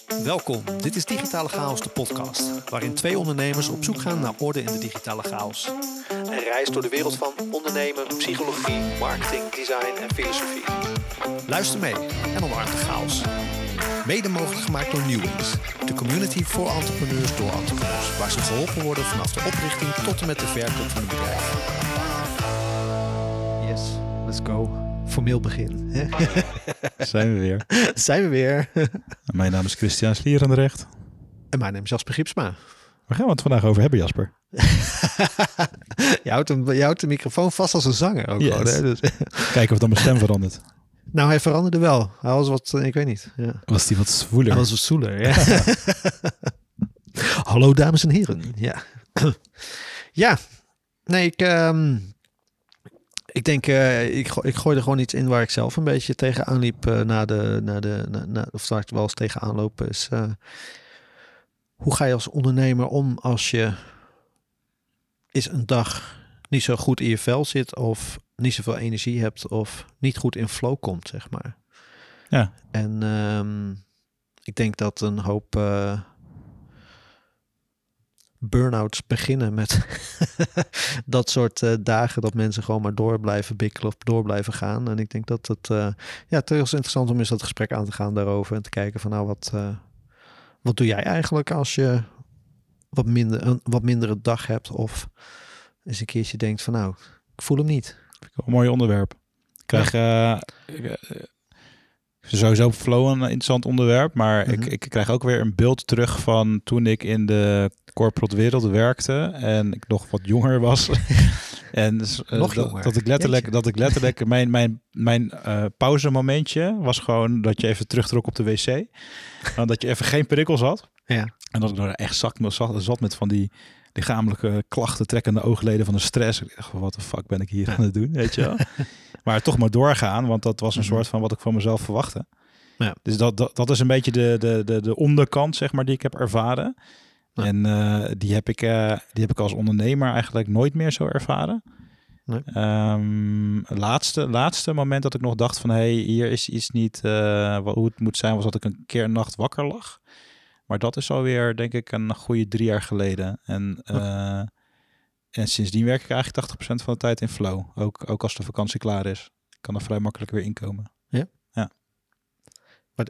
Welkom, dit is Digitale Chaos, de podcast, waarin twee ondernemers op zoek gaan naar orde in de digitale chaos. Een reis door de wereld van ondernemen, psychologie, marketing, design en filosofie. Luister mee en omarm de chaos. Mede mogelijk gemaakt door Newings, de community voor entrepreneurs door entrepreneurs, waar ze geholpen worden vanaf de oprichting tot en met de verkoop van een bedrijf. Yes, let's go. Formeel begin. Zijn we weer. Zijn we weer. Mijn naam is Christian Slierendrecht. En mijn naam is Jasper Giepsma. Waar gaan we het vandaag over hebben, Jasper? Je houdt de microfoon vast als een zanger ook. Yes. Gewoon, hè? Dus... Kijken of dan mijn stem verandert. Nou, hij veranderde wel. Hij was wat, ik weet niet. Ja. Was die wat zwoeler? Hij was wat zoeler, ja. Hallo, dames en heren. Ja. Ja. Nee, ik denk, ik gooi er gewoon iets in waar ik zelf een beetje tegenaan liep of waar ik wel eens tegenaan loop. Is, hoe ga je als ondernemer om als je eens een dag niet zo goed in je vel zit of niet zoveel energie hebt of niet goed in flow komt, zeg maar. Ja. En ik denk dat een hoop burn-outs beginnen met dat soort dagen dat mensen gewoon maar door blijven bikkelen of door blijven gaan. En ik denk dat het het is interessant om eens dat gesprek aan te gaan daarover en te kijken van nou, wat doe jij eigenlijk als je een wat mindere dag hebt of eens een keertje denkt van nou, ik voel hem niet. Een mooi onderwerp. Ik krijg sowieso flow een interessant onderwerp, maar ik krijg ook weer een beeld terug van toen ik in de corporate wereld werkte en ik nog wat jonger was. En dat ik letterlijk mijn pauzemomentje was gewoon dat je even terugtrok op de wc. Dat je even geen prikkels had. Ja. En dat ik er echt zat met van die lichamelijke klachten, trekkende oogleden van de stress. Ik dacht, wat de fuck ben ik hier aan het doen, weet je wel? Maar toch maar doorgaan, want dat was een soort van wat ik van mezelf verwachtte. Ja. Dus dat is een beetje de onderkant, zeg maar, die ik heb ervaren. Ja. En die heb ik als ondernemer eigenlijk nooit meer zo ervaren. Nee. Laatste moment dat ik nog dacht van hey, hier is iets niet hoe het moet zijn, was dat ik een keer een nacht wakker lag. Maar dat is alweer, denk ik, een goede 3 jaar geleden. En sindsdien werk ik eigenlijk 80% van de tijd in flow. Ook als de vakantie klaar is. Ik kan er vrij makkelijk weer inkomen. Ja? Ja. Maar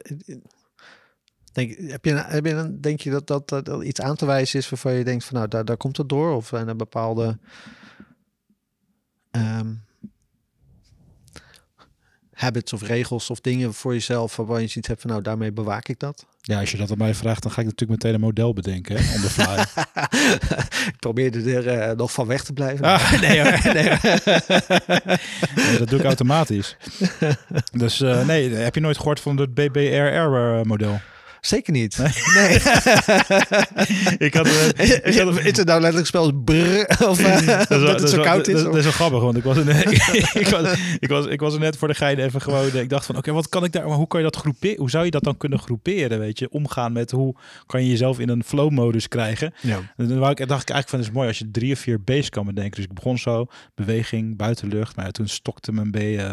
denk je dat iets aan te wijzen is waarvan je denkt van nou, daar komt het door? Of zijn er bepaalde habits of regels of dingen voor jezelf waarvan je zoiets hebt van nou, daarmee bewaak ik dat? Ja, als je dat aan mij vraagt, dan ga ik natuurlijk meteen een model bedenken, hè, on the fly. Ik probeerde er nog van weg te blijven. Nee, dat doe ik automatisch. Dus heb je nooit gehoord van het BBRR-model? Zeker niet. Nee. Is het nou letterlijk spel brrr? Of dat het zo koud is? Dat is wel grappig, want ik was er net voor de gein even gewoon. Ik dacht van, oké, wat kan ik daar? Maar hoe kan je dat groeperen? Hoe zou je dat dan kunnen groeperen? Weet je, omgaan met hoe kan je jezelf in een flow-modus krijgen? Ja. En dan dacht ik eigenlijk van, het is mooi als je 3 of 4 B's kan bedenken. Dus ik begon zo, beweging, buitenlucht. Maar toen stokte mijn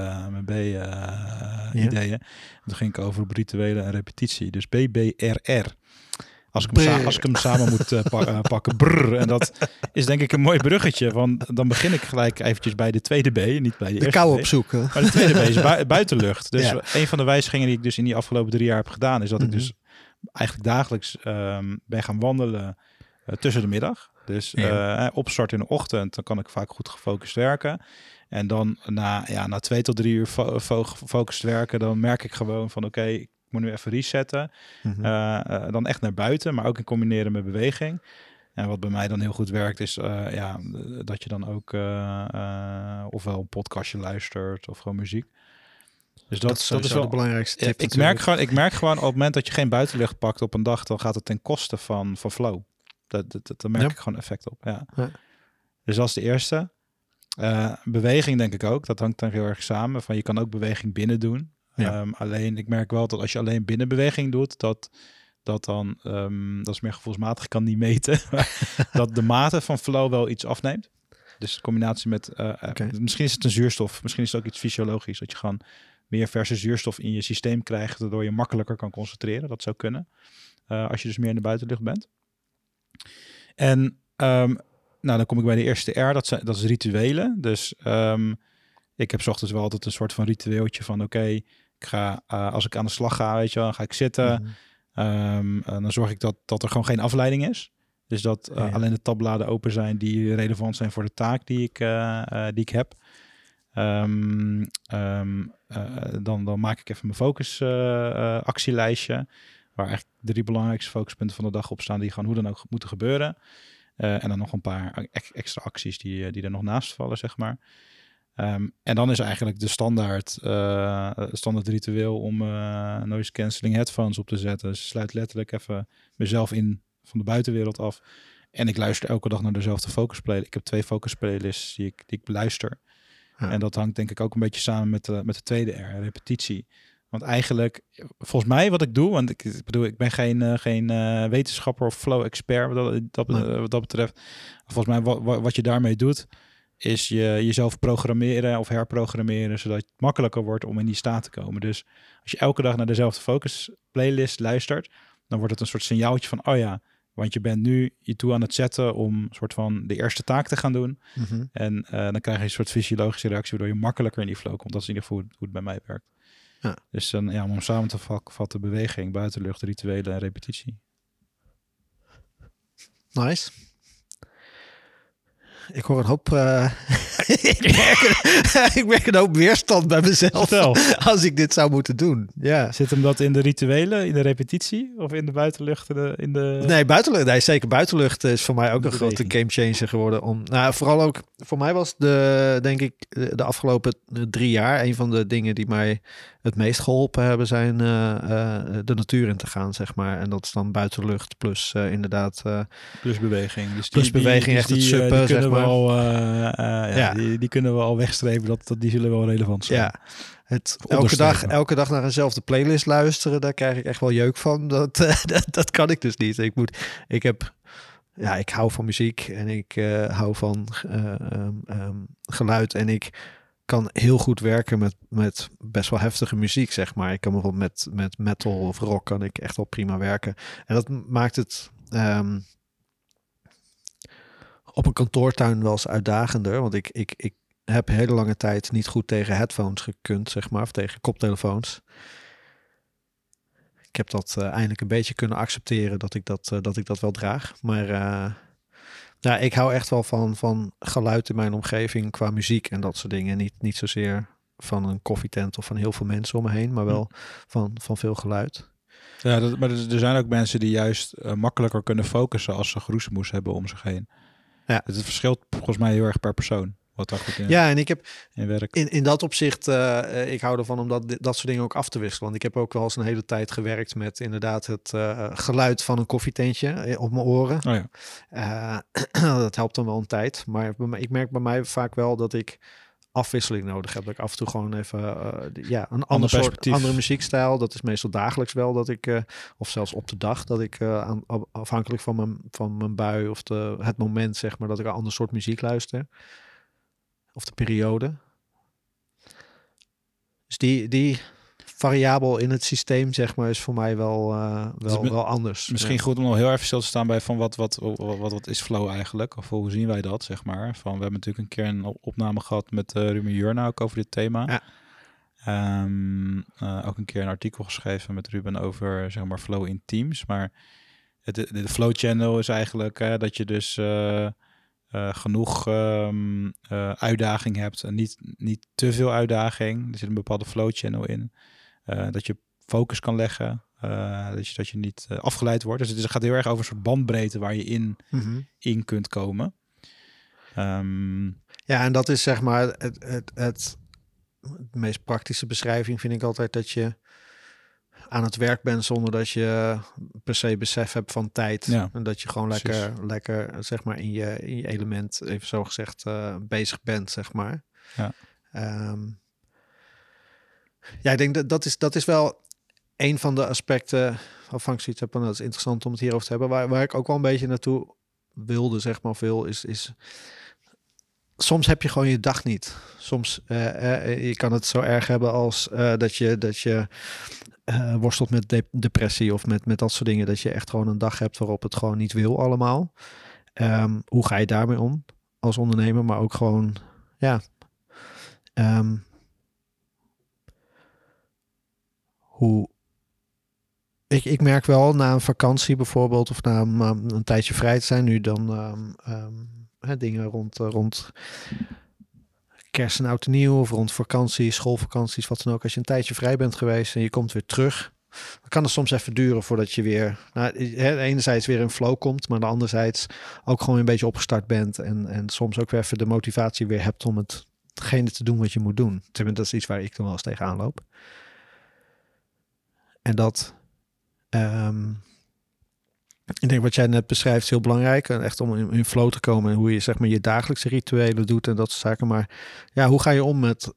B-ideeën. Toen ging ik over op rituelen en repetitie. Dus BBRR. Als ik hem samen moet pakken. Brrr. En dat is denk ik een mooi bruggetje. Want dan begin ik gelijk eventjes bij de tweede B. Niet bij de eerste kou B. opzoeken. Maar de tweede B is buitenlucht. Dus een van de wijzigingen die ik dus in die afgelopen 3 jaar heb gedaan... is dat ik dus eigenlijk dagelijks ben gaan wandelen tussen de middag. Dus opstart in de ochtend. Dan kan ik vaak goed gefocust werken. En dan na 2 tot 3 uur gefocust werken... dan merk ik gewoon van oké, ik moet nu even resetten. Dan echt naar buiten, maar ook in combineren met beweging. En wat bij mij dan heel goed werkt is dat je dan ook ofwel een podcastje luistert of gewoon muziek. Dus dat is wel de belangrijkste tip. Ik merk gewoon op het moment dat je geen buitenlucht pakt op een dag, dan gaat het ten koste van flow. Daar merk ik gewoon effect op. Ja. Ja. Dus dat is de eerste. Beweging denk ik ook. Dat hangt dan heel erg samen. Van je kan ook beweging binnen doen. Ja. Alleen ik merk wel dat als je alleen binnen beweging doet, dat dan, dat is meer gevoelsmatig, ik kan niet meten, dat de mate van flow wel iets afneemt. Dus in combinatie met, misschien is het een zuurstof, misschien is het ook iets fysiologisch, dat je gewoon meer verse zuurstof in je systeem krijgt, waardoor je makkelijker kan concentreren. Dat zou kunnen. Als je dus meer in de buitenlucht bent. En dan kom ik bij de eerste R. Dat is rituelen. Dus ik heb 's ochtends wel altijd een soort van ritueeltje van oké, ik ga als ik aan de slag ga, weet je wel, dan ga ik zitten. Dan zorg ik dat er gewoon geen afleiding is. Dus dat alleen de tabbladen open zijn die relevant zijn voor de taak die ik heb. Dan maak ik even mijn focus actielijstje. Waar eigenlijk 3 belangrijkste focuspunten van de dag op staan die gewoon hoe dan ook moeten gebeuren. En dan nog een paar extra acties die er nog naast vallen, zeg maar. En dan is eigenlijk de standaard ritueel om noise cancelling headphones op te zetten. Dus sluit letterlijk even mezelf in van de buitenwereld af. En ik luister elke dag naar dezelfde focus playlist. Ik heb 2 focus playlists die ik beluister. Ja. En dat hangt denk ik ook een beetje samen met de tweede R, repetitie. Want eigenlijk, volgens mij wat ik doe, want ik bedoel, ik ben geen wetenschapper of flow-expert wat dat betreft. Volgens mij wat je daarmee doet, is jezelf programmeren of herprogrammeren, zodat het makkelijker wordt om in die staat te komen. Dus als je elke dag naar dezelfde focus playlist luistert, dan wordt het een soort signaaltje van, oh ja, want je bent nu je toe aan het zetten om een soort van de eerste taak te gaan doen. En dan krijg je een soort fysiologische reactie, waardoor je makkelijker in die flow komt. Dat is in ieder geval hoe het bij mij werkt. Ja. Dus dan, om samen te vatten, beweging, buitenlucht, rituelen en repetitie. Nice. Ik hoor een hoop... ik merk een hoop weerstand bij mezelf als ik dit zou moeten doen. Ja. Zit hem dat in de rituelen, in de repetitie of in de buitenlucht? Nee, buitenlucht. Nee, zeker buitenlucht is voor mij ook een grote gamechanger geworden. Vooral ook, voor mij was denk ik de afgelopen 3 jaar een van de dingen die mij het meest geholpen hebben zijn de natuur in te gaan, zeg maar. En dat is dan buitenlucht plus inderdaad... plus beweging. Dus plus beweging, echt het suppen, zeg maar. Die kunnen we al wegstrepen, die zullen wel relevant zijn. Ja, elke dag naar eenzelfde playlist luisteren, daar krijg ik echt wel jeuk van. Dat kan ik dus niet. Ik hou van muziek en ik hou van geluid en ik kan heel goed werken met best wel heftige muziek, zeg maar. Ik kan bijvoorbeeld met metal of rock kan ik echt wel prima werken. En dat maakt het op een kantoortuin wel eens uitdagender, want ik heb hele lange tijd niet goed tegen headphones gekund, zeg maar, of tegen koptelefoons. Ik heb dat eindelijk een beetje kunnen accepteren dat ik dat wel draag. Maar ik hou echt wel van geluid in mijn omgeving qua muziek en dat soort dingen. Niet zozeer van een koffietent of van heel veel mensen om me heen, maar wel van veel geluid. Ja, maar er zijn ook mensen die juist makkelijker kunnen focussen als ze geroezemoes hebben om zich heen. Ja. Het verschilt volgens mij heel erg per persoon. Wat daar goed in, en ik heb in werk. In dat opzicht, ik hou ervan om dat soort dingen ook af te wisselen. Want ik heb ook wel eens een hele tijd gewerkt met inderdaad het geluid van een koffietentje op mijn oren. Oh ja. Dat helpt dan wel een tijd. Maar ik merk bij mij vaak wel dat ik afwisseling nodig heb. Dat ik af en toe gewoon even een andere muziekstijl. Dat is meestal dagelijks wel dat ik, of zelfs op de dag, dat ik afhankelijk van mijn bui of het moment, zeg maar, dat ik een ander soort muziek luister. Of de periode. Dus die variabel in het systeem, zeg maar, is voor mij wel anders. Misschien goed om nog heel even stil te staan bij van wat is flow eigenlijk? Of hoe zien wij dat, zeg maar? We hebben natuurlijk een keer een opname gehad met Ruben Jurna ook over dit thema. Ja. Ook een keer een artikel geschreven met Ruben over, zeg maar, flow in teams. Maar de flow channel is eigenlijk dat je dus... genoeg uitdaging hebt en niet te veel uitdaging. Er zit een bepaalde flow channel in. Dat je focus kan leggen. Dat je niet afgeleid wordt. Dus het gaat heel erg over een soort bandbreedte waar je in kunt komen. En dat is, zeg maar, het meest praktische beschrijving vind ik altijd dat je aan het werk bent zonder dat je per se besef hebt van tijd. Ja, en dat je gewoon lekker zeg maar in je element, even zo gezegd, bezig bent, zeg maar. Ja. Ik denk dat is wel een van de aspecten waarvan ik zoiets heb, en dat is interessant om het hierover te hebben, waar ik ook wel een beetje naartoe wilde, zeg maar, veel is soms heb je gewoon je dag niet. Soms je kan het zo erg hebben als dat je worstelt met depressie of met dat soort dingen. Dat je echt gewoon een dag hebt waarop het gewoon niet wil allemaal. Hoe ga je daarmee om als ondernemer? Maar ook gewoon, hoe... Ik merk wel na een vakantie bijvoorbeeld, of na een tijdje vrij te zijn, nu dan dingen rond kerst en oud en nieuw, of rond vakanties, schoolvakanties, wat dan ook. Als je een tijdje vrij bent geweest en je komt weer terug, dan kan het soms even duren voordat je weer, enerzijds weer in flow komt, maar anderzijds ook gewoon een beetje opgestart bent en soms ook weer even de motivatie weer hebt om hetgene te doen wat je moet doen. Tenminste, dat is iets waar ik dan wel eens tegenaan loop. En dat... ik denk wat jij net beschrijft is heel belangrijk. Echt om in flow te komen en hoe je zeg maar je dagelijkse rituelen doet en dat soort zaken. Maar ja, hoe ga je om met...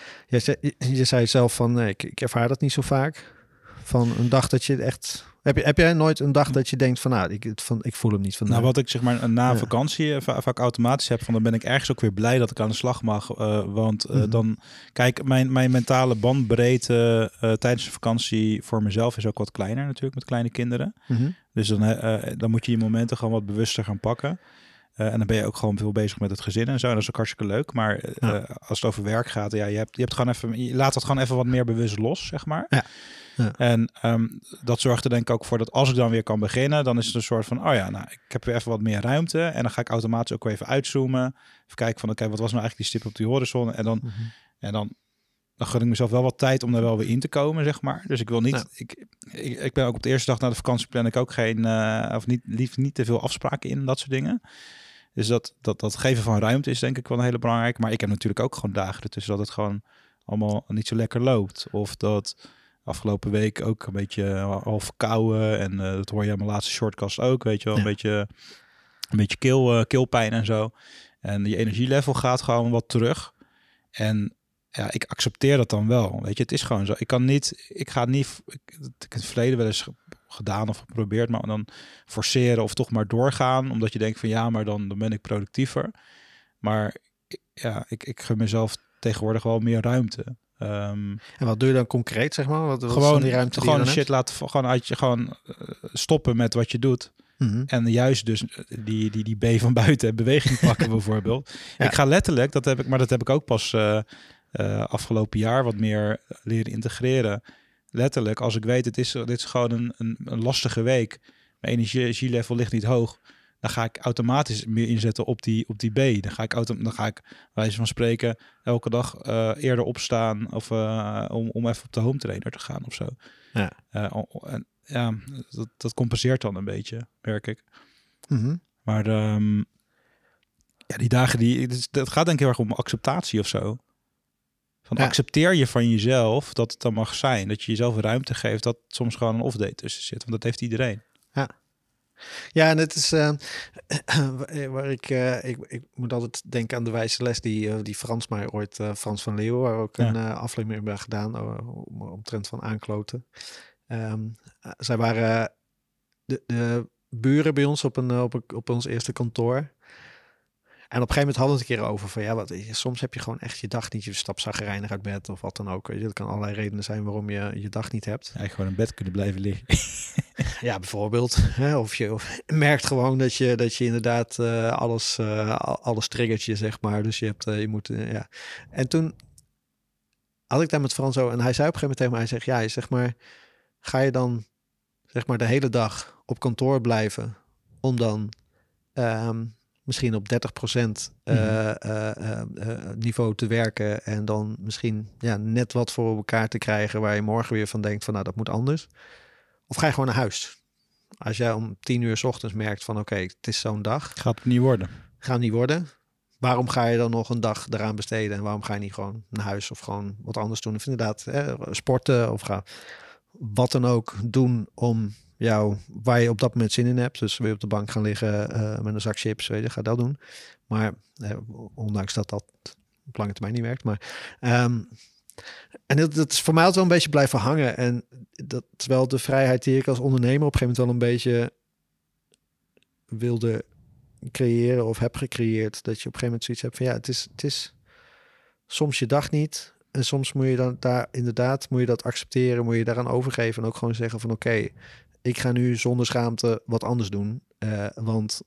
Je zei zelf van, ik ervaar dat niet zo vaak. Van een dag dat je echt... Heb jij nooit een dag dat je denkt van, ik voel hem niet vandaag? Nou, wat ik zeg maar na vakantie vaak automatisch heb, van dan ben ik ergens ook weer blij dat ik aan de slag mag. Want dan, kijk, mijn mentale bandbreedte tijdens de vakantie voor mezelf is ook wat kleiner natuurlijk met kleine kinderen. Mm-hmm. Dus dan moet je momenten gewoon wat bewuster gaan pakken. En dan ben je ook gewoon veel bezig met het gezin en zo. En dat is ook hartstikke leuk. Maar als het over werk gaat, je hebt gewoon even, je laat het gewoon even wat meer bewust los, zeg maar. Ja. Ja. En dat zorgt er denk ik ook voor dat als ik dan weer kan beginnen, dan is het een soort van, ik heb weer even wat meer ruimte. En dan ga ik automatisch ook weer even uitzoomen. Even kijken van, oké, wat was nou eigenlijk die stip op die horizon? En dan, dan gun ik mezelf wel wat tijd om daar wel weer in te komen, zeg maar. Dus ik wil niet, ik ben ook op de eerste dag na de vakantie plan ik ook liefst niet te veel afspraken in, dat soort dingen. Dus dat geven van ruimte is denk ik wel een hele belangrijke. Maar ik heb natuurlijk ook gewoon dagen ertussen dat het gewoon allemaal niet zo lekker loopt. Of dat afgelopen week ook een beetje half verkouden. En dat hoor je aan mijn laatste shortcast ook, weet je wel. Een beetje keelpijn en zo. En je energielevel gaat gewoon wat terug. En ja, ik accepteer dat dan wel. Weet je, het is gewoon zo. Ik ga niet, ik heb het verleden wel eens gedaan of geprobeerd, maar dan forceren of toch maar doorgaan, omdat je denkt van maar dan ben ik productiever. Maar ik gun mezelf tegenwoordig wel meer ruimte. En wat doe je dan concreet, zeg maar? Wat gewoon die ruimte gewoon shit laten, gewoon stoppen met wat je doet. Mm-hmm. En juist dus die B van buiten beweging pakken bijvoorbeeld. Ja. Ik ga letterlijk, dat heb ik ook pas afgelopen jaar wat meer leren integreren. Letterlijk, als ik weet, dit is gewoon een lastige week. Mijn energielevel ligt niet hoog. Dan ga ik automatisch meer inzetten op die B. Dan ga ik wijze van spreken elke dag eerder opstaan of om even op de home trainer te gaan of zo. Ja. Dat compenseert dan een beetje, merk ik. Mm-hmm. Maar die dagen dat gaat denk ik heel erg om acceptatie of zo. Accepteer je van jezelf dat het dan mag zijn. Dat je jezelf ruimte geeft dat soms gewoon een off-day tussen zit. Want dat heeft iedereen. Ja, en het is waar ik moet altijd denken aan de wijze les die Frans mij ooit, Frans van Leeuwen, waar we ook een aflevering mee hebben gedaan omtrent van aankloten. Zij waren de buren bij ons op ons eerste kantoor. En op een gegeven moment hadden we het een keer over van soms heb je gewoon echt je dag niet. Je stapt zagrijnig uit bed of wat dan ook. Dat kan allerlei redenen zijn waarom je je dag niet hebt. Ja, gewoon in bed kunnen blijven liggen. Ja, bijvoorbeeld. Of je merkt gewoon dat je inderdaad alles triggert je, zeg maar. Dus je moet. En toen had ik daar met Frans over en hij zei op een gegeven moment tegen mij, hij zegt, ga je dan zeg maar de hele dag op kantoor blijven om dan misschien op 30% niveau te werken en dan misschien net wat voor elkaar te krijgen waar je morgen weer van denkt van dat moet anders. Of ga je gewoon naar huis? Als jij om 10:00 's ochtends merkt van oké, het is zo'n dag. Gaat het niet worden. Gaat niet worden. Waarom ga je dan nog een dag eraan besteden en waarom ga je niet gewoon naar huis of gewoon wat anders doen? Of inderdaad sporten of ga wat dan ook doen om waar je op dat moment zin in hebt. Dus weer op de bank gaan liggen met een zak chips, ga dat doen. Maar ondanks dat op lange termijn niet werkt. Maar en dat is voor mij altijd wel een beetje blijven hangen. En dat is wel de vrijheid die ik als ondernemer op een gegeven moment wel een beetje wilde creëren of heb gecreëerd. Dat je op een gegeven moment zoiets hebt van het is soms je dag niet. En soms moet je dan daar inderdaad, moet je dat accepteren, moet je daaraan overgeven en ook gewoon zeggen van oké, ik ga nu zonder schaamte wat anders doen. Want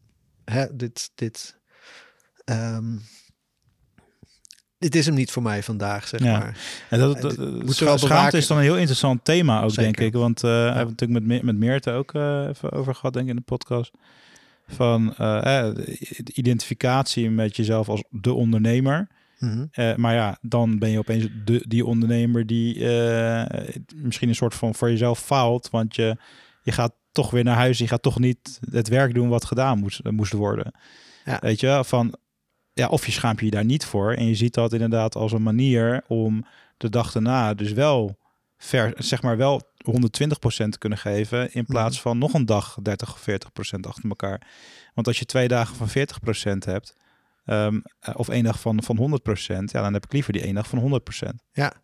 dit is hem niet voor mij vandaag, zeg maar. En schaamte is dan een heel interessant thema ook, zeker. Denk ik. Want we hebben het natuurlijk met Meerte ook even over gehad, denk ik, in de podcast. Van de identificatie met jezelf als de ondernemer. Mm-hmm. Maar ja, dan ben je opeens die ondernemer die misschien een soort van voor jezelf faalt. Want je gaat toch weer naar huis. Je gaat toch niet het werk doen wat gedaan moest worden. Ja. Weet je, van... Ja, of je schaamt je daar niet voor. En je ziet dat inderdaad als een manier om de dag daarna dus wel wel 120% te kunnen geven in plaats van nog een dag 30 of 40% achter elkaar. Want als je 2 dagen van 40% hebt, of 1 dag van 100%, ja, dan heb ik liever die 1 dag van 100%. Ja.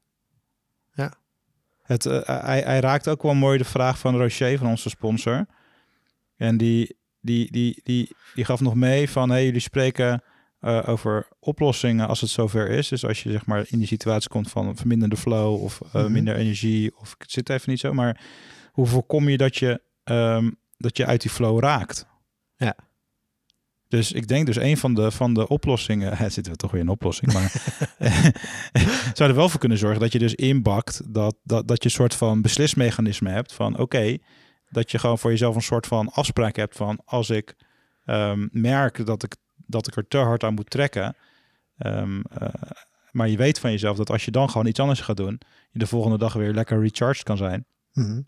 Hij raakt ook wel mooi de vraag van Rocher, van onze sponsor. En die gaf nog mee van, hey, jullie spreken over oplossingen als het zover is. Dus als je zeg maar in die situatie komt van verminderde flow of minder energie, of ik zit even niet zo, maar hoe voorkom je dat je uit die flow raakt? Ja. Dus ik denk dus een van de oplossingen, zitten we toch weer in een oplossing, maar zou er wel voor kunnen zorgen dat je dus inbakt dat je een soort van beslismechanisme hebt van oké, dat je gewoon voor jezelf een soort van afspraak hebt van als ik merk dat ik er te hard aan moet trekken. Maar je weet van jezelf dat als je dan gewoon iets anders gaat doen, je de volgende dag weer lekker recharged kan zijn. Mm-hmm.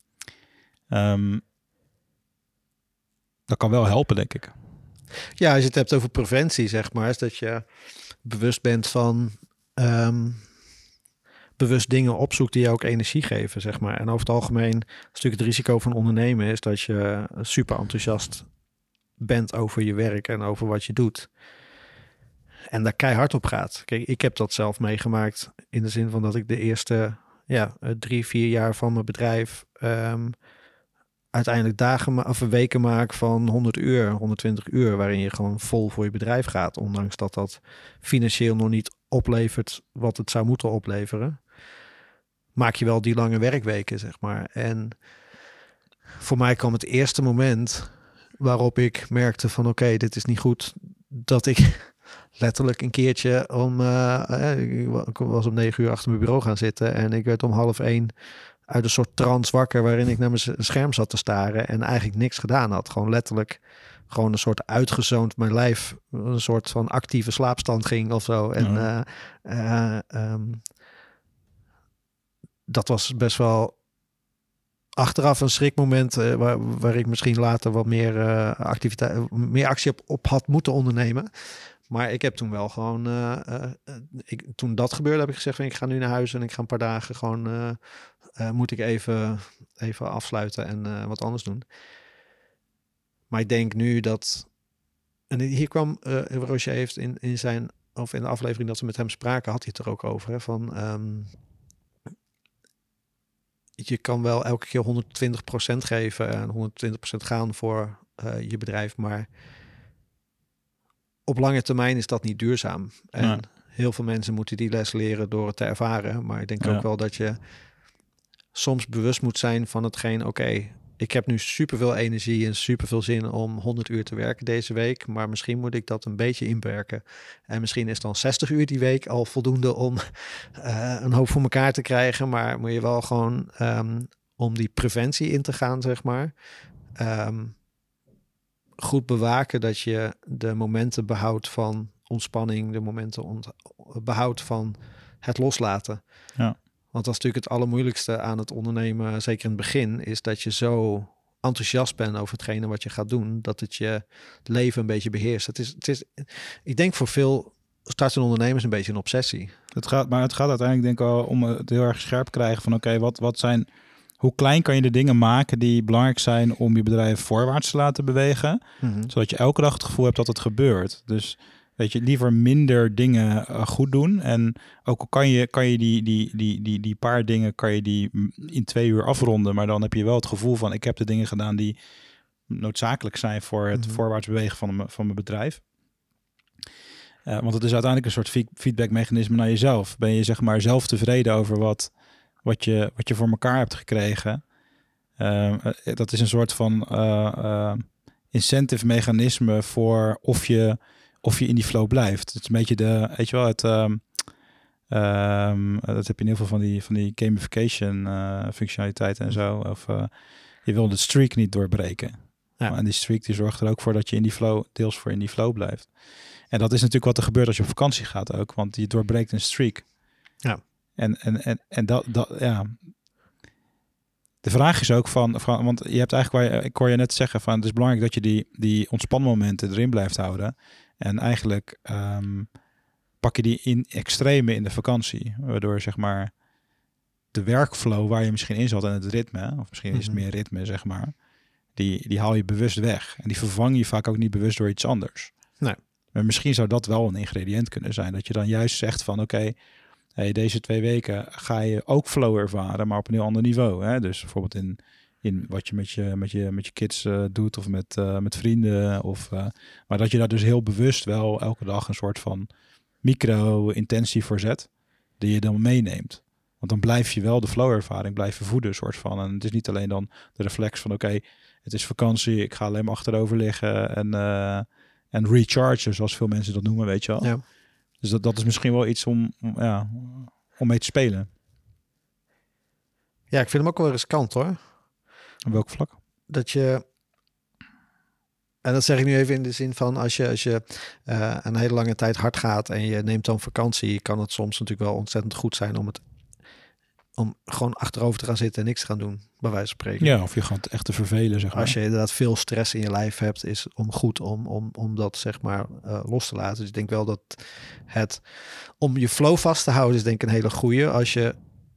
Dat kan wel helpen, denk ik. Ja, als je het hebt over preventie, zeg maar, is dat je bewust bent van bewust dingen opzoekt die je ook energie geven, zeg maar. En over het algemeen, natuurlijk het risico van ondernemen is dat je super enthousiast bent over je werk en over wat je doet. En daar keihard op gaat. Kijk, ik heb dat zelf meegemaakt in de zin van dat ik de eerste 3-4 jaar van mijn bedrijf uiteindelijk dagen of weken maak van 100 uur, 120 uur, waarin je gewoon vol voor je bedrijf gaat, ondanks dat financieel nog niet oplevert wat het zou moeten opleveren. Maak je wel die lange werkweken, zeg maar. En voor mij kwam het eerste moment waarop ik merkte van oké, dit is niet goed, dat ik letterlijk een keertje ik was om 9 uur achter mijn bureau gaan zitten en ik werd om 12:30 uit een soort trance wakker waarin ik naar mijn scherm zat te staren en eigenlijk niks gedaan had. Gewoon letterlijk gewoon een soort uitgezoond mijn lijf, een soort van actieve slaapstand ging of zo. En dat was best wel achteraf een schrikmoment waar ik misschien later wat meer actie op had moeten ondernemen. Maar ik heb toen wel gewoon, toen dat gebeurde, heb ik gezegd, ik ga nu naar huis en ik ga een paar dagen gewoon, moet ik even afsluiten en wat anders doen. Maar ik denk nu dat, en hier kwam Roger heeft in de aflevering dat we met hem spraken, had hij het er ook over, hè, van je kan wel elke keer 120% geven en 120% gaan voor je bedrijf, maar op lange termijn is dat niet duurzaam. En heel veel mensen moeten die les leren door het te ervaren. Maar ik denk ook wel dat je soms bewust moet zijn van hetgeen, oké, ik heb nu superveel energie en superveel zin om 100 uur te werken deze week, maar misschien moet ik dat een beetje inperken. En misschien is dan 60 uur die week al voldoende om een hoop voor elkaar te krijgen, maar moet je wel gewoon om die preventie in te gaan, zeg maar, goed bewaken dat je de momenten behoudt van ontspanning, de momenten behoudt van het loslaten. Ja. Want dat is natuurlijk het allermoeilijkste aan het ondernemen, zeker in het begin, is dat je zo enthousiast bent over hetgene wat je gaat doen, dat het je leven een beetje beheerst. Het is, ik denk voor veel startende ondernemers een beetje een obsessie. Het gaat uiteindelijk denk ik wel om het heel erg scherp krijgen van oké, hoe klein kan je de dingen maken die belangrijk zijn om je bedrijf voorwaarts te laten bewegen, zodat je elke dag het gevoel hebt dat het gebeurt. Dus weet je, liever minder dingen goed doen. En ook al kan je die paar dingen kan je die in 2 uur afronden, maar dan heb je wel het gevoel van ik heb de dingen gedaan die noodzakelijk zijn voor het voorwaarts bewegen van mijn bedrijf. Want het is uiteindelijk een soort feedbackmechanisme naar jezelf. Ben je zeg maar zelf tevreden over wat je voor elkaar hebt gekregen? Dat is een soort van incentive mechanisme voor of je in die flow blijft. Het is een beetje weet je wel, dat heb je in heel veel van die gamification functionaliteiten en zo. Of je wil de streak niet doorbreken. Ja. En die streak die zorgt er ook voor dat je in die flow, deels voor in die flow blijft. En dat is natuurlijk wat er gebeurt als je op vakantie gaat ook, want je doorbreekt een streak. Ja. En dat ja. De vraag is ook want je hebt eigenlijk, ik hoor je net zeggen van, het is belangrijk dat je die ontspanmomenten erin blijft houden. En eigenlijk pak je die in extreme in de vakantie, waardoor zeg maar de workflow waar je misschien in zat en het ritme, of misschien is het meer ritme zeg maar, die haal je bewust weg. En die vervang je vaak ook niet bewust door iets anders. Nee. Maar misschien zou dat wel een ingrediënt kunnen zijn. Dat je dan juist zegt van oké, deze 2 weken ga je ook flow ervaren, maar op een heel ander niveau. Hè? Dus bijvoorbeeld in wat je met je kids doet of met vrienden. Maar dat je daar dus heel bewust wel elke dag een soort van micro-intentie voor zet, die je dan meeneemt. Want dan blijf je wel de flow-ervaring blijven voeden, soort van. En het is niet alleen dan de reflex van oké, het is vakantie, ik ga alleen maar achterover liggen en rechargen, zoals veel mensen dat noemen, weet je wel. Ja. Dus dat is misschien wel iets om mee te spelen. Ja, ik vind hem ook wel riskant hoor. Op welk vlak? Dat je, en dat zeg ik nu even in de zin van als je een hele lange tijd hard gaat en je neemt dan vakantie, kan het soms natuurlijk wel ontzettend goed zijn om gewoon achterover te gaan zitten en niks te gaan doen, bij wijze van spreken. Ja, of je gaat echt te vervelen, zeg maar. Als je inderdaad veel stress in je lijf hebt, is goed om dat zeg maar los te laten. Dus ik denk wel dat om je flow vast te houden is denk ik een hele goeie. Als je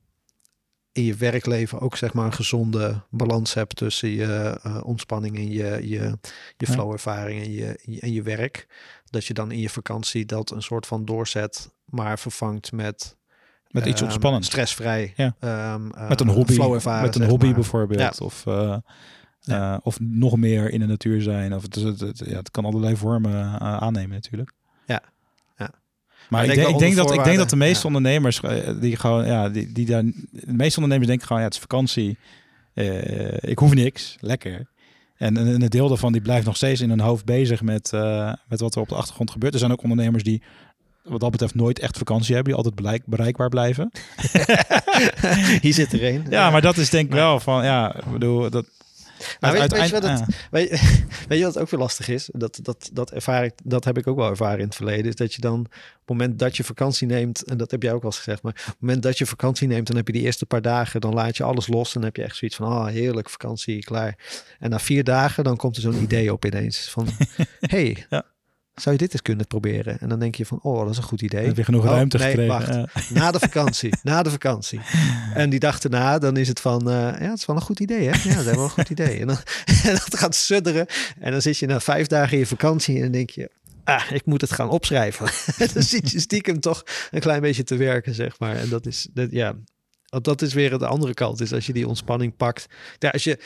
in je werkleven ook zeg maar een gezonde balans hebt tussen je ontspanning en je flow-ervaring en je werk. Dat je dan in je vakantie dat een soort van doorzet, maar vervangt met iets ontspannends. Stressvrij. Ja. Met een hobby. Met een hobby bijvoorbeeld. Ja. Of nog meer in de natuur zijn. Of het kan allerlei vormen aannemen natuurlijk. Ja. Maar ik denk dat de meeste ondernemers die gewoon, de meeste ondernemers denken gewoon, het is vakantie. Ik hoef niks. Lekker. En een deel daarvan die blijft nog steeds in hun hoofd bezig met wat er op de achtergrond gebeurt. Er zijn ook ondernemers die wat dat betreft nooit echt vakantie hebben, die altijd bereikbaar blijven. Hier zit er een. Ja, maar dat is denk ik wel van, ik bedoel, dat... Weet je wat ook weer lastig is? Dat heb ik ook wel ervaren in het verleden. Is dat je dan, op het moment dat je vakantie neemt, en dat heb jij ook al eens gezegd, maar op het moment dat je vakantie neemt, dan heb je die eerste paar dagen, dan laat je alles los. Dan heb je echt zoiets van, heerlijk, vakantie, klaar. En na 4 dagen, dan komt er zo'n idee op ineens. Van, hey, zou je dit eens kunnen proberen? En dan denk je van, dat is een goed idee. Heb je genoeg ruimte gekregen? Wacht. Na de vakantie. En die dag erna, dan is het van, het is wel een goed idee, hè? Ja, dat is wel een goed idee. En dat gaat sudderen. En dan zit je na 5 dagen in je vakantie en dan denk je, ik moet het gaan opschrijven. Dan zit je stiekem toch een klein beetje te werken, zeg maar. En dat is weer de andere kant. Is als je die ontspanning pakt. Ja,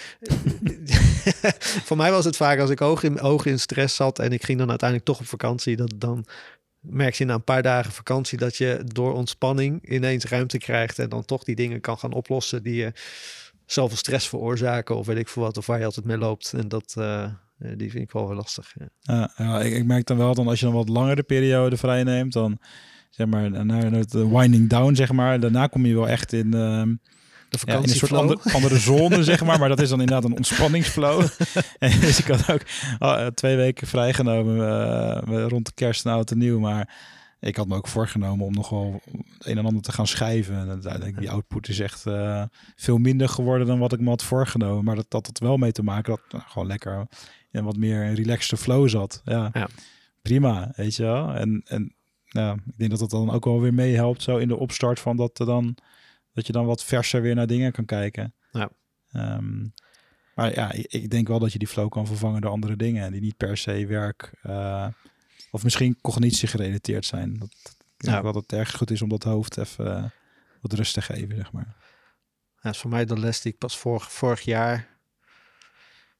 voor mij was het vaak als ik hoog in stress zat en ik ging dan uiteindelijk toch op vakantie. Dan merk je na een paar dagen vakantie dat je door ontspanning ineens ruimte krijgt en dan toch die dingen kan gaan oplossen die je zoveel stress veroorzaken of weet ik veel wat, of waar je altijd mee loopt. En die vind ik wel weer lastig. Ja. Ik merk dan wel, als je dan wat langere periode vrij neemt, dan zeg maar naar het winding down, zeg maar. Daarna kom je wel echt in de vakantieflow. In een soort andere zone, zeg maar. Maar dat is dan inderdaad een ontspanningsflow. En dus ik had ook 2 weken vrijgenomen rond de kerst en oud en nieuw. Maar ik had me ook voorgenomen om nogal het een en ander te gaan schrijven. En uiteindelijk die output is echt veel minder geworden dan wat ik me had voorgenomen. Maar dat had wel mee te maken dat gewoon lekker in wat meer een relaxed flow zat. Ja. Prima, weet je wel. En ik denk dat dat dan ook wel weer meehelpt zo in de opstart van dat je dan wat verser weer naar dingen kan kijken. Ja. Maar ik denk wel dat je die flow kan vervangen door andere dingen die niet per se werk of misschien cognitie gerelateerd zijn. Ik denk wel dat het erg goed is om dat hoofd even wat rust te geven, zeg maar. Ja, dat is voor mij de les die ik pas vorig jaar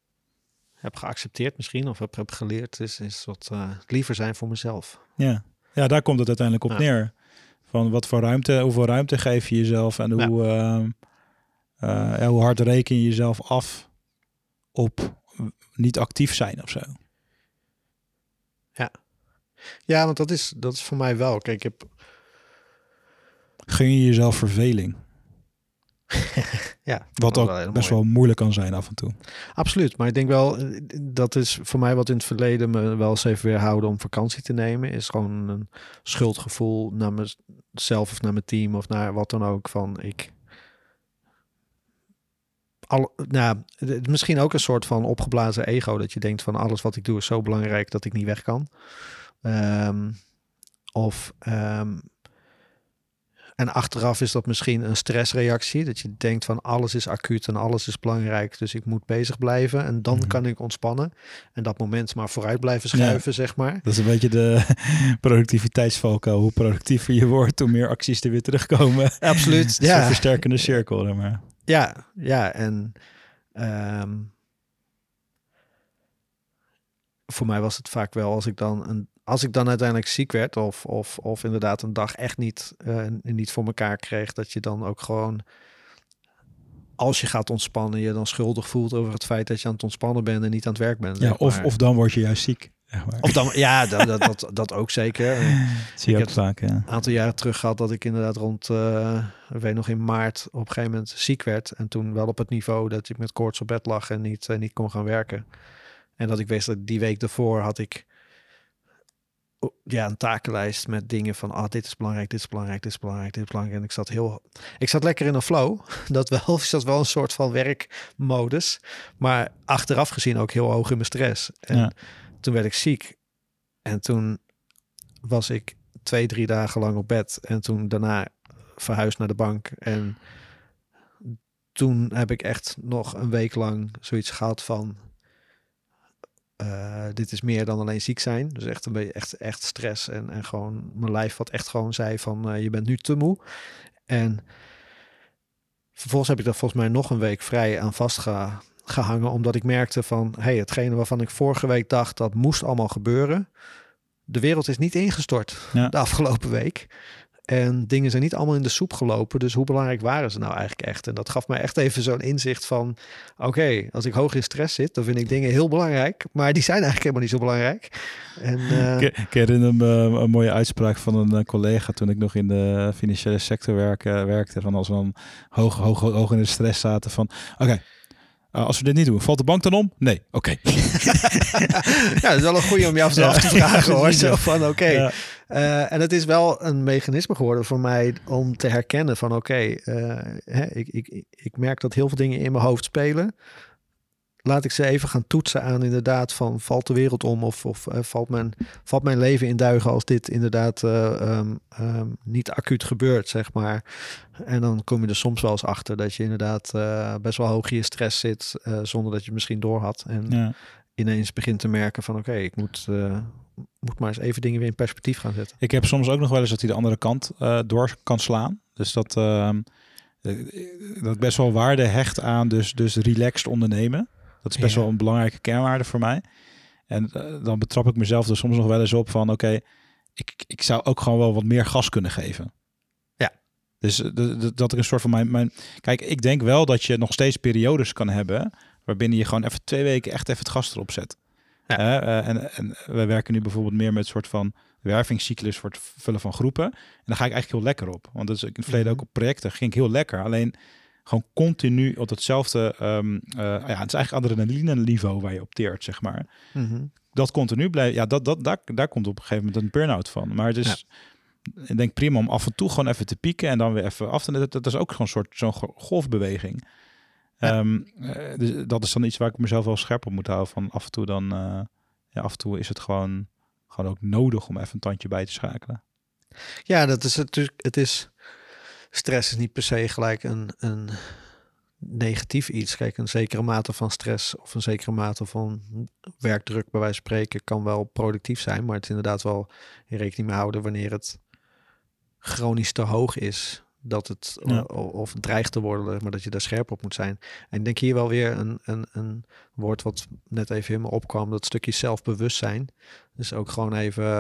heb geaccepteerd misschien, of heb geleerd, is wat liever zijn voor mezelf. Ja. Ja, daar komt het uiteindelijk op neer. Van hoeveel ruimte geef je jezelf en hoe hard reken je jezelf af op niet actief zijn of zo. Ja, want dat is voor mij wel. Kijk, Gun je jezelf verveling? Ja, wat ook best wel moeilijk kan zijn af en toe. Absoluut, maar ik denk wel, dat is voor mij wat in het verleden me wel eens even weerhouden om vakantie te nemen, is gewoon een schuldgevoel naar mezelf of naar mijn team of naar wat dan ook van misschien ook een soort van opgeblazen ego, dat je denkt van alles wat ik doe is zo belangrijk dat ik niet weg kan. En achteraf is dat misschien een stressreactie. Dat je denkt van alles is acuut en alles is belangrijk. Dus ik moet bezig blijven. En dan kan ik ontspannen. En dat moment maar vooruit blijven schuiven, zeg maar. Dat is een beetje de productiviteitsvalkuil. Hoe productiever je wordt, hoe meer acties er weer terugkomen. Absoluut, ja. Een versterkende cirkel. Maar. Ja. En voor mij was het vaak wel als ik dan uiteindelijk ziek werd of inderdaad een dag echt niet voor elkaar kreeg, dat je dan ook gewoon, als je gaat ontspannen, je dan schuldig voelt over het feit dat je aan het ontspannen bent en niet aan het werk bent. Ja, of dan word je juist ziek. Of dan, ja, dat ook zeker. Zie je ook vaak, ja. Een aantal jaren terug gehad dat ik inderdaad rond, ik weet nog in maart op een gegeven moment ziek werd. En toen wel op het niveau dat ik met koorts op bed lag en niet kon gaan werken. En dat ik wist dat die week daarvoor had ik een takenlijst met dingen van dit is belangrijk, dit is belangrijk, dit is belangrijk, dit is belangrijk. En ik zat lekker in een flow. Ik zat wel een soort van werkmodus. Maar achteraf gezien ook heel hoog in mijn stress. En toen werd ik ziek. En toen was ik 2-3 dagen lang op bed. En toen daarna verhuisd naar de bank. En toen heb ik echt nog een week lang zoiets gehad van dit is meer dan alleen ziek zijn. Dus echt een beetje echt stress. En gewoon mijn lijf wat echt gewoon zei van je bent nu te moe. En vervolgens heb ik daar volgens mij nog een week vrij aan vastgehangen. Omdat ik merkte van hetgene waarvan ik vorige week dacht dat moest allemaal gebeuren. De wereld is niet ingestort de afgelopen week. En dingen zijn niet allemaal in de soep gelopen. Dus hoe belangrijk waren ze nou eigenlijk echt? En dat gaf mij echt even zo'n inzicht van oké, als ik hoog in stress zit, dan vind ik dingen heel belangrijk. Maar die zijn eigenlijk helemaal niet zo belangrijk. En, ik herinner me een mooie uitspraak van een collega toen ik nog in de financiële sector werkte. Van als we dan hoog in de stress zaten van oké. Als we dit niet doen, valt de bank dan om? Nee, oké. Ja, dat is wel een goeie om je af te vragen hoor. Zo van oké. En het is wel een mechanisme geworden voor mij om te herkennen van ik merk dat heel veel dingen in mijn hoofd spelen. Laat ik ze even gaan toetsen aan inderdaad van valt de wereld om of valt mijn leven in duigen als dit inderdaad niet acuut gebeurt, zeg maar. En dan kom je er soms wel eens achter dat je inderdaad best wel hoog in je stress zit zonder dat je het misschien door had. En ineens begint te merken van oké, ik moet maar eens even dingen weer in perspectief gaan zetten. Ik heb soms ook nog wel eens dat hij de andere kant door kan slaan. Dus dat ik best wel waarde hecht aan dus relaxed ondernemen. Dat is best wel een belangrijke kernwaarde voor mij. En dan betrap ik mezelf er soms nog wel eens op van oké, ik zou ook gewoon wel wat meer gas kunnen geven. Ja. Dus dat ik een soort van mijn... Kijk, ik denk wel dat je nog steeds periodes kan hebben waarbinnen je gewoon even 2 weken echt even het gas erop zet. Ja. En we werken nu bijvoorbeeld meer met een soort van wervingscyclus voor het vullen van groepen. En daar ga ik eigenlijk heel lekker op. Want dat is in het verleden ook op projecten ging ik heel lekker. Alleen gewoon continu op hetzelfde... het is eigenlijk adrenaline niveau waar je opteert, zeg maar. Mm-hmm. Dat continu blijft... Ja, daar komt op een gegeven moment een burn-out van. Maar het is... Ik denk prima om af en toe gewoon even te pieken en dan weer even af te... Dat is ook gewoon zo'n golfbeweging. Ja. Dus dat is dan iets waar ik mezelf wel scherp op moet houden. Van af en toe dan... af en toe is het gewoon ook nodig om even een tandje bij te schakelen. Ja, dat is het is... Stress is niet per se gelijk een negatief iets. Kijk, een zekere mate van stress of een zekere mate van werkdruk bij wijze van spreken kan wel productief zijn, maar het is inderdaad wel in rekening mee houden wanneer het chronisch te hoog is, dat het of dreigt te worden, maar dat je daar scherp op moet zijn. En ik denk hier wel weer een woord wat net even in me opkwam, dat stukje zelfbewustzijn. Dus ook gewoon even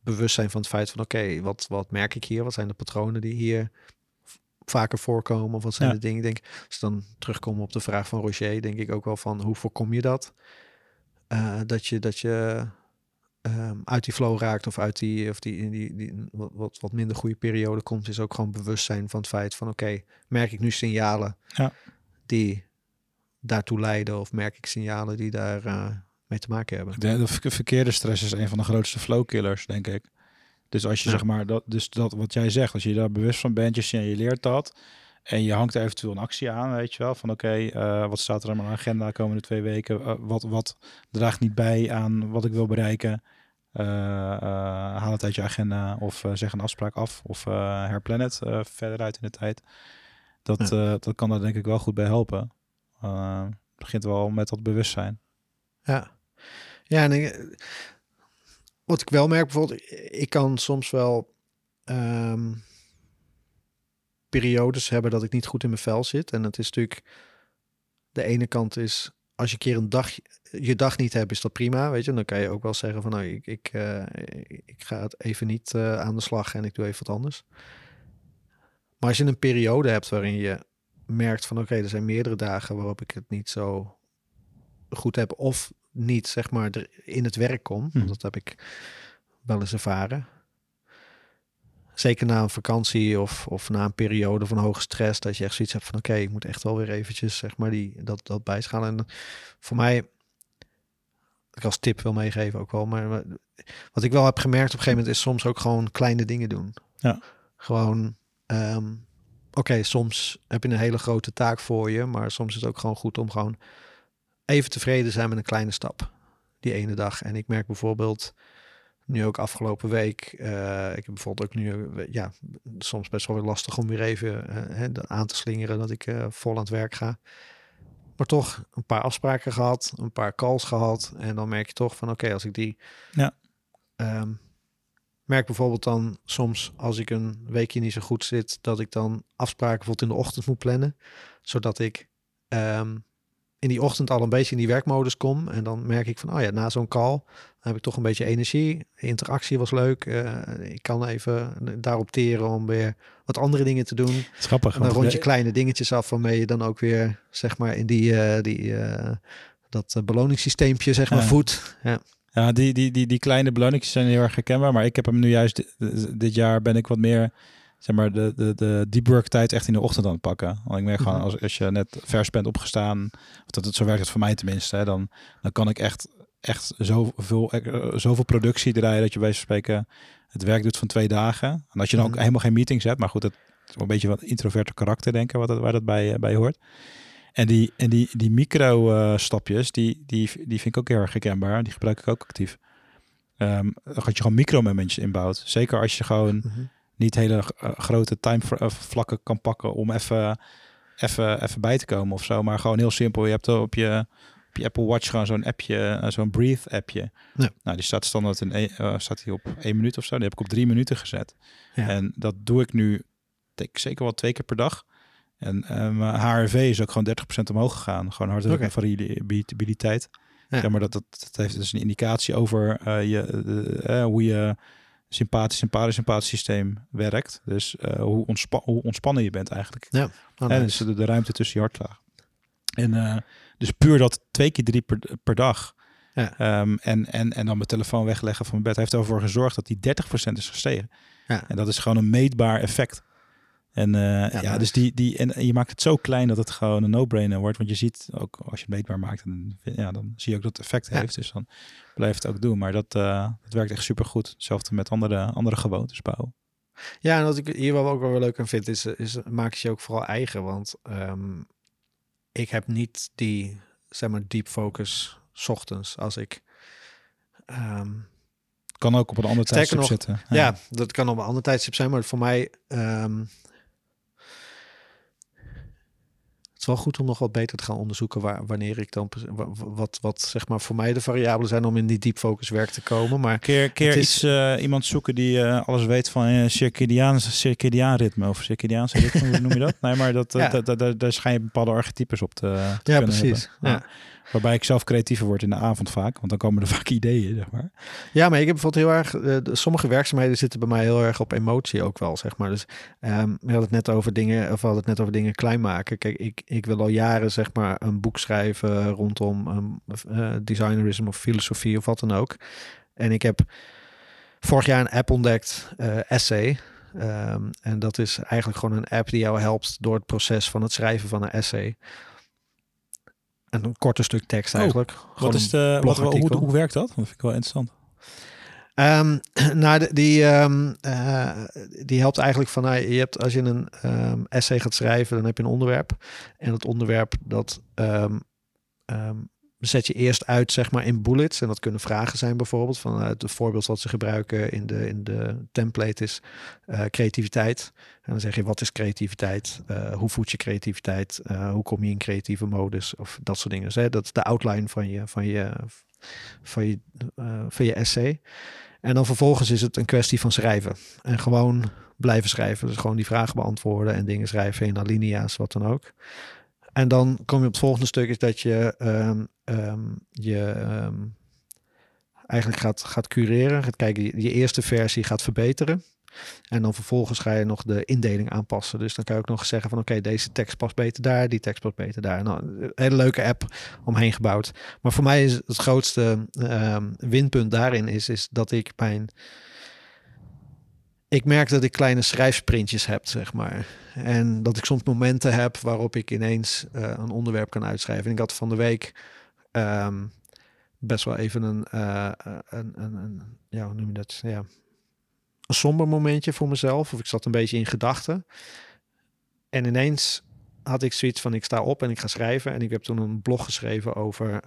bewust zijn van het feit van oké, wat merk ik hier? Wat zijn de patronen die hier vaker voorkomen? Of wat zijn de dingen? Denk, als dan terugkomen op de vraag van Roger, denk ik ook wel van hoe voorkom je dat? Dat je uit die flow raakt of uit die wat minder goede periode komt, is ook gewoon bewust zijn van het feit van oké, merk ik nu signalen die daartoe leiden of merk ik signalen die daar mee te maken hebben? De verkeerde stress is een van de grootste flowkillers, denk ik. Dus als je zeg maar, dat wat jij zegt, als je daar bewust van bent, je signaleert dat en je hangt er eventueel een actie aan, weet je wel, van oké, wat staat er aan mijn agenda de komende 2 weken? Wat draagt niet bij aan wat ik wil bereiken? Haal het uit je agenda of zeg een afspraak af of herplan het verder uit in de tijd. Dat kan daar denk ik wel goed bij helpen. Het begint wel met dat bewustzijn. Ja, en wat ik wel merk bijvoorbeeld, ik kan soms wel periodes hebben dat ik niet goed in mijn vel zit. En dat is natuurlijk, de ene kant is, als je een keer je dag niet hebt, is dat prima, weet je. Dan kan je ook wel zeggen van, nou, ik ga het even niet aan de slag en ik doe even wat anders. Maar als je een periode hebt waarin je merkt van, oké, er zijn meerdere dagen waarop ik het niet zo goed heb of niet, zeg maar, in het werk kom. Want dat heb ik wel eens ervaren. Zeker na een vakantie of na een periode van hoge stress, dat je echt zoiets hebt van oké, ik moet echt wel weer eventjes, zeg maar, dat bijschalen. En voor mij, ik als tip wil meegeven ook wel, maar wat ik wel heb gemerkt op een gegeven moment is soms ook gewoon kleine dingen doen. Ja. Gewoon, oké, soms heb je een hele grote taak voor je, maar soms is het ook gewoon goed om gewoon even tevreden zijn met een kleine stap die ene dag. En ik merk bijvoorbeeld nu ook afgelopen week, ik heb bijvoorbeeld ook nu, soms best wel weer lastig om weer even aan te slingeren dat ik vol aan het werk ga. Maar toch een paar afspraken gehad, een paar calls gehad. En dan merk je toch van oké, als ik die... merk bijvoorbeeld dan soms als ik een weekje niet zo goed zit, dat ik dan afspraken bijvoorbeeld in de ochtend moet plannen. Zodat ik in die ochtend al een beetje in die werkmodus kom. En dan merk ik van, na zo'n call heb ik toch een beetje energie. De interactie was leuk. Ik kan even daarop teren om weer wat andere dingen te doen. Grappig. En dan rond je kleine dingetjes af waarmee je dan ook weer, zeg maar, in dat beloningssysteempje, zeg maar, voedt. Ja. Ja, die kleine beloningsjes zijn heel erg herkenbaar. Maar ik heb hem nu juist, dit jaar ben ik wat meer, zeg maar, de deep work tijd echt in de ochtend aan het pakken. Want ik merk gewoon, als je net vers bent opgestaan, of dat het zo werkt het voor mij tenminste, hè, dan kan ik echt zoveel productie draaien dat je bij wijze van spreken het werk doet van 2 dagen. En dat je dan ook helemaal geen meetings hebt. Maar goed, het is wel een beetje wat introverte karakter denken, waar dat bij hoort. En die micro-stapjes, die vind ik ook heel erg herkenbaar. Die gebruik ik ook actief. Dat je gewoon micromomentjes inbouwt. Zeker als je gewoon niet hele grote timevlakken kan pakken om even bij te komen of zo. Maar gewoon heel simpel. Je hebt op je Apple Watch gewoon zo'n appje, zo'n Breathe appje. Ja. Nou, die staat standaard staat die op 1 minuut of zo. Die heb ik op 3 minuten gezet. Ja. En dat doe ik nu zeker wel 2 keer per dag. En mijn HRV is ook gewoon 30% omhoog gegaan. Gewoon hartstikke variabiliteit. Ja. Ja, maar dat heeft dus een indicatie over hoe je sympathisch systeem werkt. Dus hoe ontspannen je bent eigenlijk. Ja. En dus de ruimte tussen je hartslagen. En dus puur dat 2 keer 3 per dag. Ja. En dan mijn telefoon wegleggen van mijn bed heeft ervoor gezorgd dat die 30% is gestegen. Ja. En dat is gewoon een meetbaar effect. En dus en je maakt het zo klein dat het gewoon een no-brainer wordt. Want je ziet ook, als je het meetbaar maakt, dan zie je ook dat het effect heeft. Dus dan blijf het ook doen. Maar dat werkt echt supergoed. Hetzelfde met andere gewoontes bouwen. Ja, en wat ik hier wel ook wel leuk aan vind, is maak je ook vooral eigen. Want ik heb niet die, zeg maar, deep focus 's ochtends als ik... kan ook op een ander tijdstip zitten. Ja, dat kan op een ander tijdstip zijn. Maar voor mij... het is wel goed om nog wat beter te gaan onderzoeken wanneer ik dan wat zeg maar voor mij de variabelen zijn om in die deep focus werk te komen. Maar iemand zoeken die alles weet van circadiaan ritme of circadiaanse ritme, hoe noem je dat? Nee, maar daar schijn je bepaalde archetypes op te kunnen precies. Hebben. Waarbij ik zelf creatiever word in de avond vaak. Want dan komen er vaak ideeën, zeg maar. Ja, maar ik heb bijvoorbeeld heel erg... sommige werkzaamheden zitten bij mij heel erg op emotie ook wel, zeg maar. Dus we hadden het net over dingen klein maken. Kijk, ik wil al jaren, zeg maar, een boek schrijven rondom designerism of filosofie of wat dan ook. En ik heb vorig jaar een app ontdekt, Essay. En dat is eigenlijk gewoon een app die jou helpt door het proces van het schrijven van een essay. En een korte stuk tekst eigenlijk. Hoe werkt dat? Dat vind ik wel interessant. Die helpt eigenlijk van... je hebt, als je een essay gaat schrijven, dan heb je een onderwerp. En dat onderwerp, dat zet je eerst uit, zeg maar, in bullets. En dat kunnen vragen zijn bijvoorbeeld. Van het voorbeeld wat ze gebruiken in de template is creativiteit. En dan zeg je, wat is creativiteit? Hoe voed je creativiteit? Hoe kom je in creatieve modus? Of dat soort dingen. Dus, dat is de outline van je essay. En dan vervolgens is het een kwestie van schrijven. En gewoon blijven schrijven. Dus gewoon die vragen beantwoorden en dingen schrijven in alinea's, wat dan ook. En dan kom je op het volgende stuk, is dat je eigenlijk gaat cureren. Gaat kijken, je eerste versie gaat verbeteren. En dan vervolgens ga je nog de indeling aanpassen. Dus dan kan je ook nog zeggen van oké, deze tekst past beter daar, die tekst past beter daar. Nou, een hele leuke app omheen gebouwd. Maar voor mij is het grootste winpunt daarin is dat ik merk dat ik kleine schrijfsprintjes heb, zeg maar. En dat ik soms momenten heb waarop ik ineens een onderwerp kan uitschrijven. En ik had van de week best wel even hoe noem je dat? Ja, een somber momentje voor mezelf. Of ik zat een beetje in gedachten. En ineens had ik zoiets van, ik sta op en ik ga schrijven. En ik heb toen een blog geschreven over...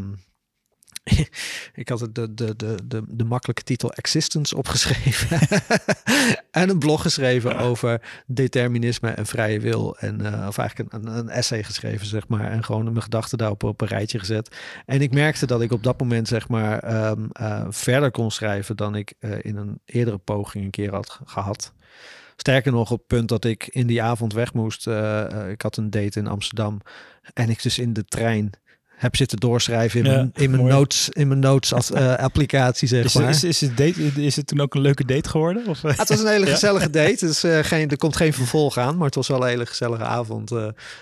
ik had de makkelijke titel Existence opgeschreven. En een blog geschreven over determinisme en vrije wil. En of eigenlijk een essay geschreven, zeg maar. En gewoon mijn gedachten daarop op een rijtje gezet. En ik merkte dat ik op dat moment, zeg maar, verder kon schrijven dan ik in een eerdere poging een keer had gehad. Sterker nog, op het punt dat ik in die avond weg moest. Ik had een date in Amsterdam. En ik dus in de trein heb zitten doorschrijven in mijn notes als applicatie, zeg maar. Is het toen ook een leuke date geworden? Of? Het was een hele gezellige date. Dus er komt geen vervolg aan, maar het was wel een hele gezellige avond.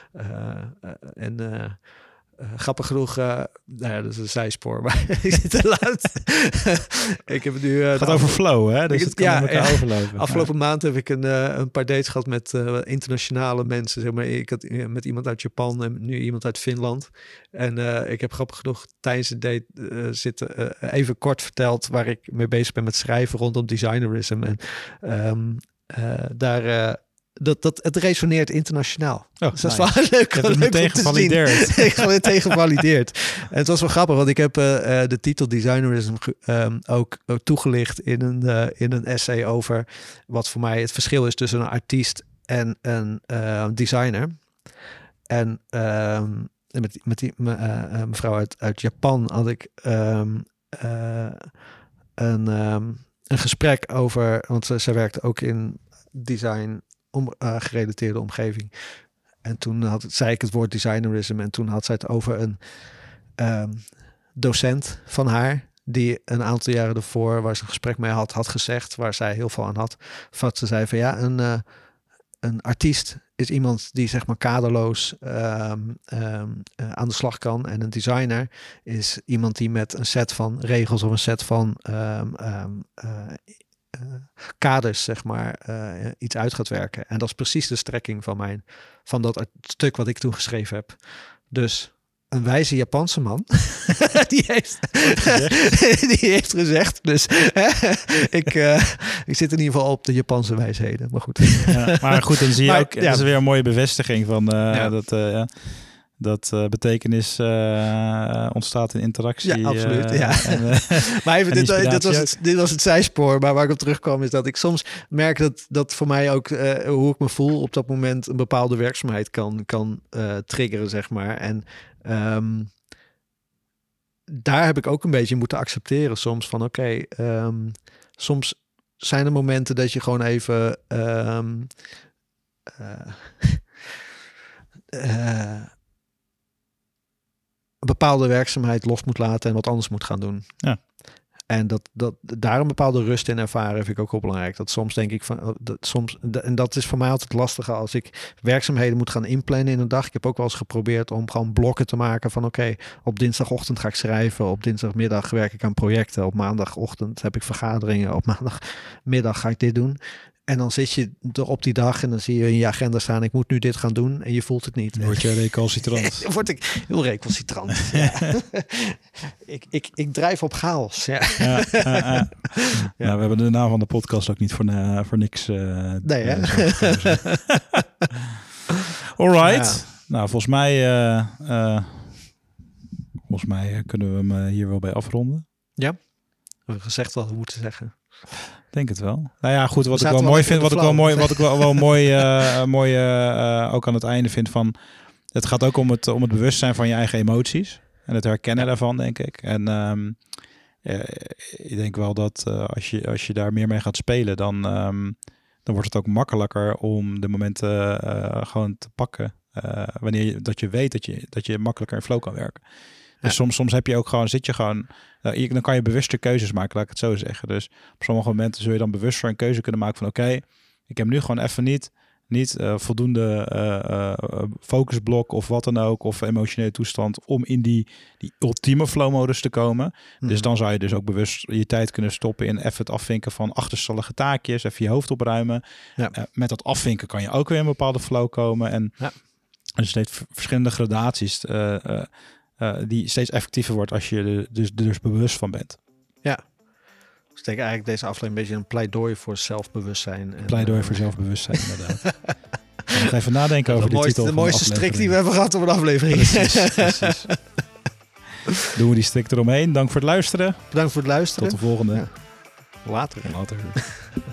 Grappig genoeg, dat is een zijspoor, maar ik zit te laat. Ik heb nu... Het gaat over flow, hè? Dus het kan elkaar overlopen. Afgelopen maand heb ik een paar dates gehad met internationale mensen. Zeg maar. Ik had met iemand uit Japan en nu iemand uit Finland. En ik heb grappig genoeg tijdens de date even kort verteld waar ik mee bezig ben met schrijven rondom designerism. En het resoneert internationaal. Dus dat is wel leuk. Je hebt het meteen gevalideerd. Ik ga het meteen gevalideerd. En het was wel grappig, want ik heb de titel designerism ook toegelicht in een essay over wat voor mij het verschil is tussen een artiest en een designer. En met die mevrouw uit Japan had ik een gesprek over, want zij werkte ook in design gerelateerde omgeving. En toen zei ik het woord designerism en toen had zij het over een docent van haar die een aantal jaren ervoor, waar ze een gesprek mee had gezegd, waar zij heel veel aan had. Wat ze zei van ja, een artiest is iemand die, zeg maar, kaderloos aan de slag kan. En een designer is iemand die met een set van regels of een set van kaders, zeg maar, iets uit gaat werken. En dat is precies de strekking van dat stuk wat ik toen geschreven heb. Dus een wijze Japanse man, die heeft gezegd. Dus ik zit in ieder geval op de Japanse wijsheden. Maar goed. Ja, maar goed, dan zie je ook, dat is weer een mooie bevestiging van dat betekenis ontstaat in interactie. Ja, absoluut. Maar even, dit was het zijspoor. Maar waar ik op terugkwam is dat ik soms merk dat voor mij ook hoe ik me voel op dat moment een bepaalde werkzaamheid kan triggeren, zeg maar. En daar heb ik ook een beetje moeten accepteren soms van oké, soms zijn er momenten dat je gewoon even bepaalde werkzaamheid los moet laten en wat anders moet gaan doen. Ja. En daar een bepaalde rust in ervaren vind ik ook heel belangrijk. Dat soms denk ik en dat is voor mij altijd lastiger als ik werkzaamheden moet gaan inplannen in een dag. Ik heb ook wel eens geprobeerd om gewoon blokken te maken van oké, op dinsdagochtend ga ik schrijven, op dinsdagmiddag werk ik aan projecten, op maandagochtend heb ik vergaderingen, op maandagmiddag ga ik dit doen. En dan zit je er op die dag en dan zie je in je agenda staan, ik moet nu dit gaan doen en je voelt het niet. Dan word je recalcitrant. Dan word ik heel recalcitrant. Ja. ik drijf op chaos. Ja. Ja. We hebben de naam van de podcast ook niet voor niks. Nee, hè? Alright. Ja. Nou, volgens mij kunnen we hem hier wel bij afronden. Ja, we hebben gezegd wat we moeten zeggen. Denk het wel. Nou ja, goed. Wat ik wel mooi vind, wat ik wel mooi ook aan het einde vind van, het gaat ook om het bewustzijn van je eigen emoties en het herkennen daarvan, denk ik. En ik denk wel dat als je daar meer mee gaat spelen, dan wordt het ook makkelijker om de momenten gewoon te pakken. Dat je weet dat je makkelijker in flow kan werken. Dus soms heb je ook gewoon, dan kan je bewuste keuzes maken, laat ik het zo zeggen. Dus op sommige momenten zul je dan bewuster een keuze kunnen maken van oké, ik heb nu gewoon even niet voldoende focusblok of wat dan ook, of emotionele toestand om in die ultieme flow-modus te komen. Dus dan zou je dus ook bewust je tijd kunnen stoppen in even het afvinken van achterstallige taakjes, even je hoofd opruimen. Ja. Met dat afvinken kan je ook weer in een bepaalde flow komen. En er steeds verschillende gradaties die steeds effectiever wordt als je er dus bewust van bent. Ja. Dus ik denk eigenlijk deze aflevering een beetje een pleidooi voor zelfbewustzijn. Pleidooi voor zelfbewustzijn, inderdaad. Nog even nadenken over de titel. De mooiste strik die we hebben gehad op een aflevering. Precies. Doen we die strik eromheen. Dank voor het luisteren. Bedankt voor het luisteren. Tot de volgende. Ja. Later.